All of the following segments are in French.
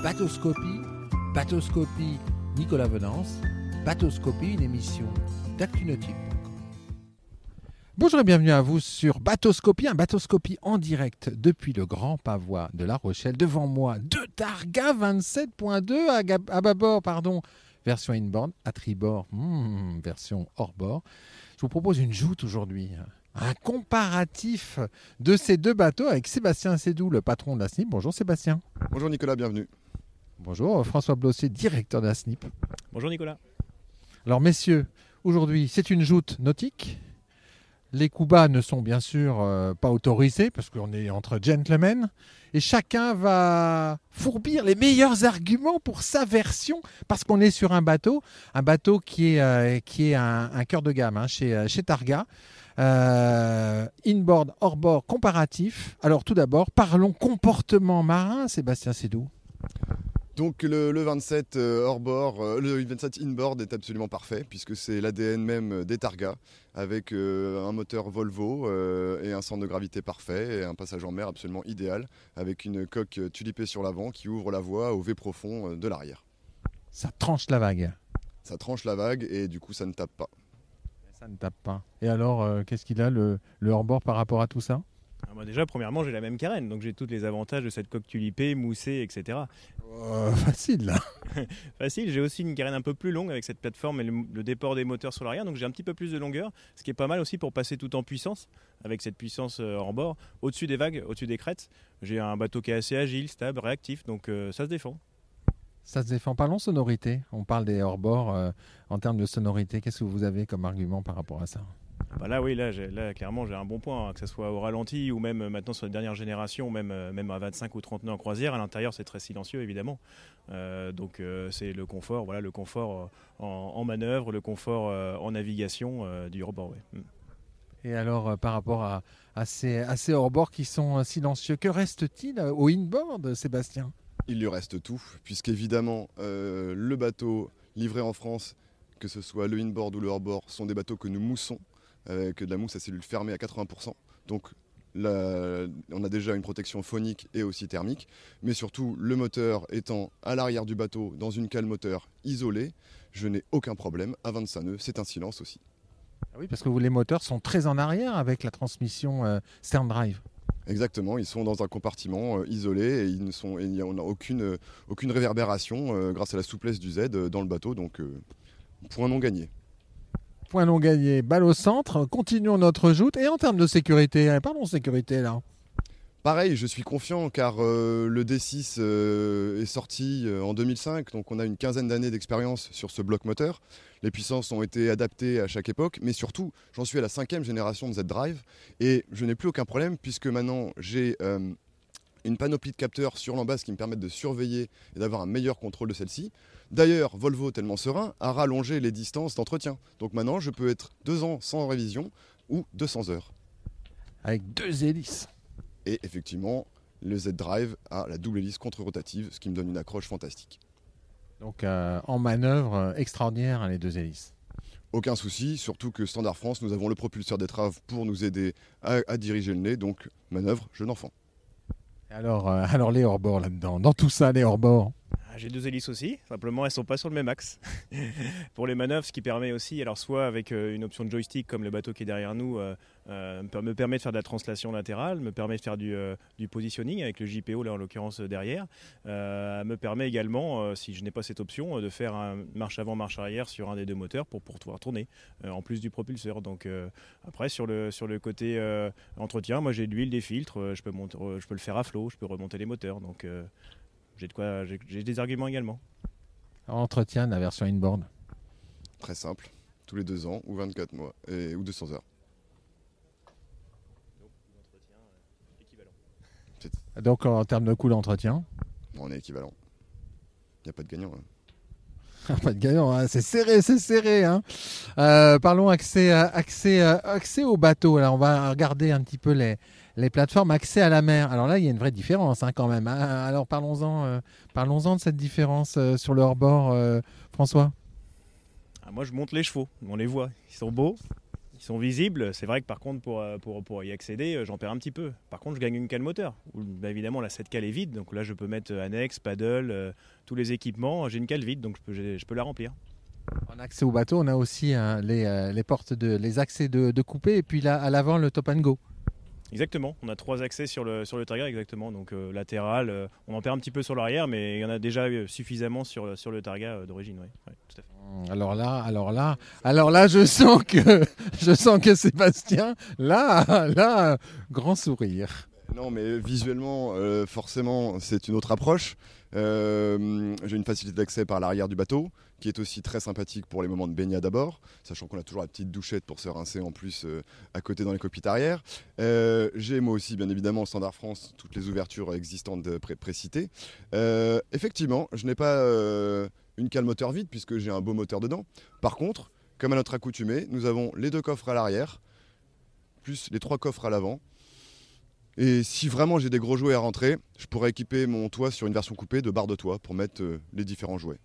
Bateauscopie, Bateauscopie Nicolas Venance, Bateauscopie, une émission d'ActuNautique. Bonjour et bienvenue à vous sur Bateauscopie, un Bateauscopie en direct depuis le Grand Pavois de La Rochelle. Devant moi, deux Targa 27.2 à bâbord, version inboard, à tribord, version hors-bord. Je vous propose une joute aujourd'hui, un comparatif de ces deux bateaux avec Sébastien Sédou, le patron de la SNIP. Bonjour Sébastien. Bonjour Nicolas, bienvenue. Bonjour François Blossier, directeur de la SNIP. Bonjour Nicolas. Alors messieurs, aujourd'hui c'est une joute nautique. Les coups bas ne sont bien sûr pas autorisés parce qu'on est entre gentlemen et chacun va fourbir les meilleurs arguments pour sa version parce qu'on est sur un bateau qui est un cœur de gamme chez Targa. Inboard, hors-bord, comparatif. Alors tout d'abord, parlons comportement marin, Sébastien Sédou. Donc le 27 hors-bord, le 27 inboard est absolument parfait puisque c'est l'ADN même des Targa avec un moteur Volvo et un centre de gravité parfait et un passage en mer absolument idéal avec une coque tulipée sur l'avant qui ouvre la voie au V profond de l'arrière. Ça tranche la vague. Ça tranche la vague et du coup ça ne tape pas. Ça ne tape pas. Et alors, qu'est-ce qu'il a le hors-bord par rapport à tout ça ? Déjà, premièrement, j'ai la même carène, donc j'ai tous les avantages de cette coque tulipée, moussée, etc. Facile là. Facile, j'ai aussi une carène un peu plus longue avec cette plateforme et le déport des moteurs sur l'arrière, donc j'ai un petit peu plus de longueur, ce qui est pas mal aussi pour passer tout en puissance, avec cette puissance hors bord, au-dessus des vagues, au-dessus des crêtes. J'ai un bateau qui est assez agile, stable, réactif, donc ça se défend. Ça se défend. Parlons sonorité. On parle des hors-bords en termes de sonorité. Qu'est-ce que vous avez comme argument par rapport à ça ? Là, clairement, j'ai un bon point, que ce soit au ralenti ou même maintenant sur la dernière génération, même à 25 ou 30 nœuds en croisière. À l'intérieur, c'est très silencieux, évidemment. C'est le confort, le confort en manœuvre, le confort en navigation du hors-bord. Ouais. Et alors, par rapport à ces hors-bords qui sont silencieux, que reste-t-il au inboard, Sébastien ? Il lui reste tout puisqu'évidemment le bateau livré en France, que ce soit le inboard ou le hors-bord, sont des bateaux que nous moussons. Avec de la mousse à cellule fermée à 80%. Donc là, on a déjà une protection phonique et aussi thermique. Mais surtout, le moteur étant à l'arrière du bateau, dans une cale moteur isolée, je n'ai aucun problème. À 25 nœuds, c'est un silence aussi. Ah oui, parce que les moteurs sont très en arrière avec la transmission stern drive. Exactement, ils sont dans un compartiment isolé et on n'a aucune réverbération grâce à la souplesse du Z dans le bateau. Donc, point non gagné. Point non gagné, balle au centre, continuons notre joute. Et en termes de sécurité, parlons sécurité là. Pareil, je suis confiant car le D6 est sorti en 2005, donc on a une quinzaine d'années d'expérience sur ce bloc moteur. Les puissances ont été adaptées à chaque époque, mais surtout, j'en suis à la 5e génération de Z-Drive et je n'ai plus aucun problème puisque maintenant j'ai une panoplie de capteurs sur l'embase qui me permettent de surveiller et d'avoir un meilleur contrôle de celle-ci. D'ailleurs, Volvo, tellement serein, a rallongé les distances d'entretien. Donc maintenant, je peux être 2 ans sans révision ou 200 heures. Avec 2 hélices. Et effectivement, le Z-Drive a la double hélice contre-rotative, ce qui me donne une accroche fantastique. Donc en manœuvre extraordinaire, les 2 hélices. Aucun souci, surtout que Standard France, nous avons le propulseur d'étrave pour nous aider à diriger le nez. Donc manœuvre, jeune enfant. Alors les hors-bords là-dedans, dans tout ça, les hors-bords. J'ai 2 hélices aussi, simplement elles ne sont pas sur le même axe. Pour les manœuvres, ce qui permet aussi, alors soit avec une option de joystick comme le bateau qui est derrière nous, me permet de faire de la translation latérale, me permet de faire du positioning avec le JPO là en l'occurrence derrière, me permet également, si je n'ai pas cette option, de faire un marche avant, marche arrière sur un des 2 moteurs pour pouvoir tourner, en plus du propulseur. Donc après sur le côté entretien, moi j'ai de l'huile, des filtres, je peux le faire à flot, je peux remonter les moteurs. Donc j'ai des arguments également. Entretien, la version inboard. Très simple, tous les 2 ans ou 24 mois ou 200 heures. Donc l'entretien équivalent. Donc en termes de coût d'entretien, on est équivalent. Il n'y a pas de gagnant. Pas de gagnant, c'est serré. Parlons accès au bateau. Alors on va regarder un petit peu les plateformes accès à la mer. Alors là, il y a une vraie différence quand même. Alors parlons-en de cette différence sur le hors-bord, François. Moi, je monte les chevaux. On les voit, ils sont beaux. Ils sont visibles. C'est vrai que par contre, pour y accéder, j'en perds un petit peu. Par contre, je gagne une cale moteur. Évidemment, cette cale est vide. Donc là, je peux mettre annexe, paddle, tous les équipements. J'ai une cale vide, donc je peux la remplir. En accès au bateau, on a aussi les portes les accès de coupé et puis là, à l'avant, le top and go. Exactement, on a 3 accès sur le Targa, exactement. Donc latéral, on en perd un petit peu sur l'arrière, mais il y en a déjà suffisamment sur le Targa d'origine. Ouais, tout à fait. Alors là, je sens que Sébastien, là, grand sourire. Non, mais visuellement, forcément, c'est une autre approche. J'ai une facilité d'accès par l'arrière du bateau, qui est aussi très sympathique pour les moments de baignade à bord, sachant qu'on a toujours la petite douchette pour se rincer en plus à côté dans les cockpits arrière. J'ai moi aussi, bien évidemment, au Standard France, toutes les ouvertures existantes précitées. Effectivement, je n'ai pas une cale moteur vide, puisque j'ai un beau moteur dedans. Par contre, comme à notre accoutumée, nous avons les 2 coffres à l'arrière, plus les 3 coffres à l'avant. Et si vraiment j'ai des gros jouets à rentrer, je pourrais équiper mon toit sur une version coupée de barre de toit pour mettre les différents jouets.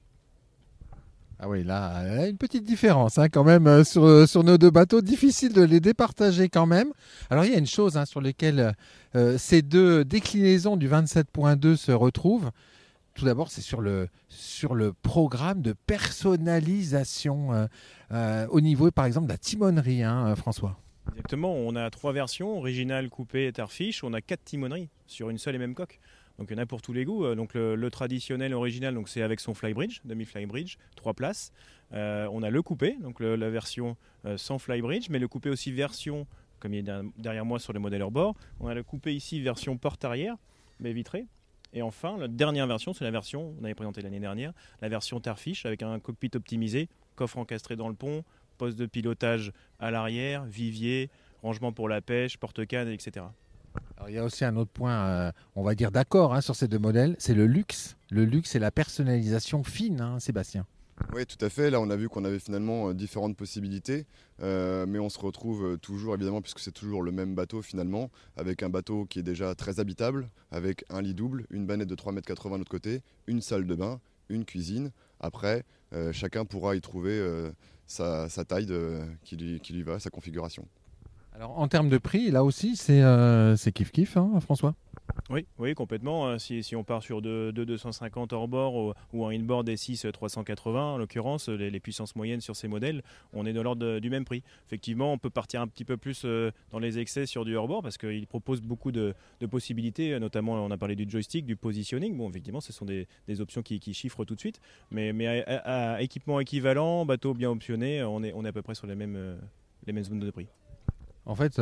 Ah oui, là, une petite différence quand même sur nos 2 bateaux. Difficile de les départager quand même. Alors il y a une chose sur laquelle ces 2 déclinaisons du 27.2 se retrouvent. Tout d'abord, c'est sur le programme de personnalisation au niveau, par exemple, de la timonerie, François. Exactement, on a 3 versions, original, coupé et Tarfish. On a 4 timoneries sur une seule et même coque. Donc il y en a pour tous les goûts. Donc le traditionnel original, donc c'est avec son flybridge, demi-flybridge, 3 places. On a le coupé, donc la version sans flybridge, mais le coupé aussi version, comme il est derrière moi sur le modèle hors-bord. On a le coupé ici version porte-arrière, baie vitrée. Et enfin, la dernière version, c'est la version, on avait présenté l'année dernière, la version Tarfish avec un cockpit optimisé, coffre encastré dans le pont, poste de pilotage à l'arrière, vivier, rangement pour la pêche, porte-canne, etc. Alors, il y a aussi un autre point, on va dire d'accord sur ces 2 modèles, c'est le luxe. Le luxe et la personnalisation fine, Sébastien. Oui, tout à fait. Là, on a vu qu'on avait finalement différentes possibilités, mais on se retrouve toujours, évidemment, puisque c'est toujours le même bateau finalement, avec un bateau qui est déjà très habitable, avec un lit double, une bannette de 3,80 m de l'autre côté, une salle de bain, une cuisine. Après, chacun pourra y trouver sa taille qui lui va, sa configuration. Alors en termes de prix, là aussi, c'est kiff-kiff, François. Oui, complètement. Si on part sur 250 hors bord ou un inboard S6 380, en l'occurrence, les puissances moyennes sur ces modèles, on est de l'ordre du même prix. Effectivement, on peut partir un petit peu plus dans les excès sur du hors bord parce qu'il propose beaucoup de possibilités, notamment on a parlé du joystick, du positioning. Bon, effectivement, ce sont des options qui chiffrent tout de suite, mais à équipement équivalent, bateau bien optionné, on est à peu près sur les mêmes zones de prix. En fait,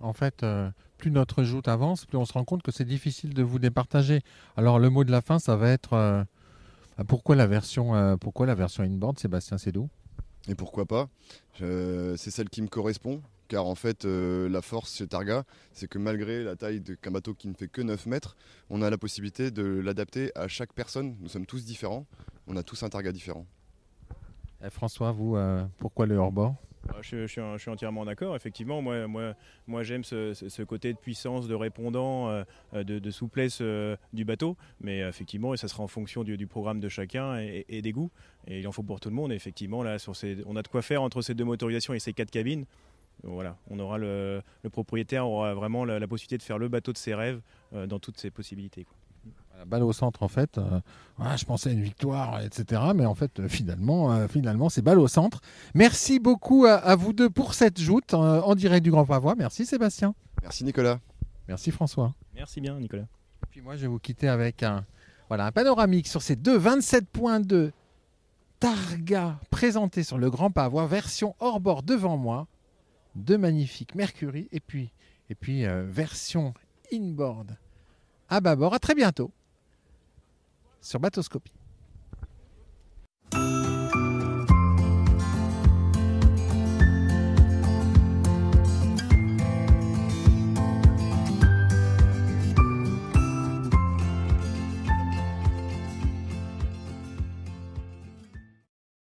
plus notre joute avance, plus on se rend compte que c'est difficile de vous départager. Alors le mot de la fin, ça va être pourquoi la version inboard, Sébastien Sédou? Et pourquoi pas, c'est celle qui me correspond, car en fait la force chez Targa, c'est que malgré la taille qu'un bateau qui ne fait que 9 mètres, on a la possibilité de l'adapter à chaque personne. Nous sommes tous différents, on a tous un Targa différent. François, vous, pourquoi le hors-bord? Je suis entièrement d'accord. Effectivement, moi j'aime ce côté de puissance, de répondant, de souplesse du bateau. Mais effectivement, ça sera en fonction du programme de chacun et des goûts. Et il en faut pour tout le monde. Et effectivement, là, on a de quoi faire entre ces 2 motorisations et ces 4 cabines. Voilà, le propriétaire aura vraiment la possibilité de faire le bateau de ses rêves dans toutes ses possibilités, quoi. Balle au centre, en fait. Je pensais à une victoire, etc. Mais en fait, finalement, c'est balle au centre. Merci beaucoup à vous 2 pour cette joute en direct du Grand Pavois. Merci Sébastien. Merci Nicolas. Merci François. Merci bien Nicolas. Et puis moi, je vais vous quitter avec un panoramique sur ces 2 27.2 Targa présentés sur le Grand Pavois, version hors-bord devant moi. 2 magnifiques Mercury et puis version inboard à bâbord. À très bientôt sur Bateauscopie.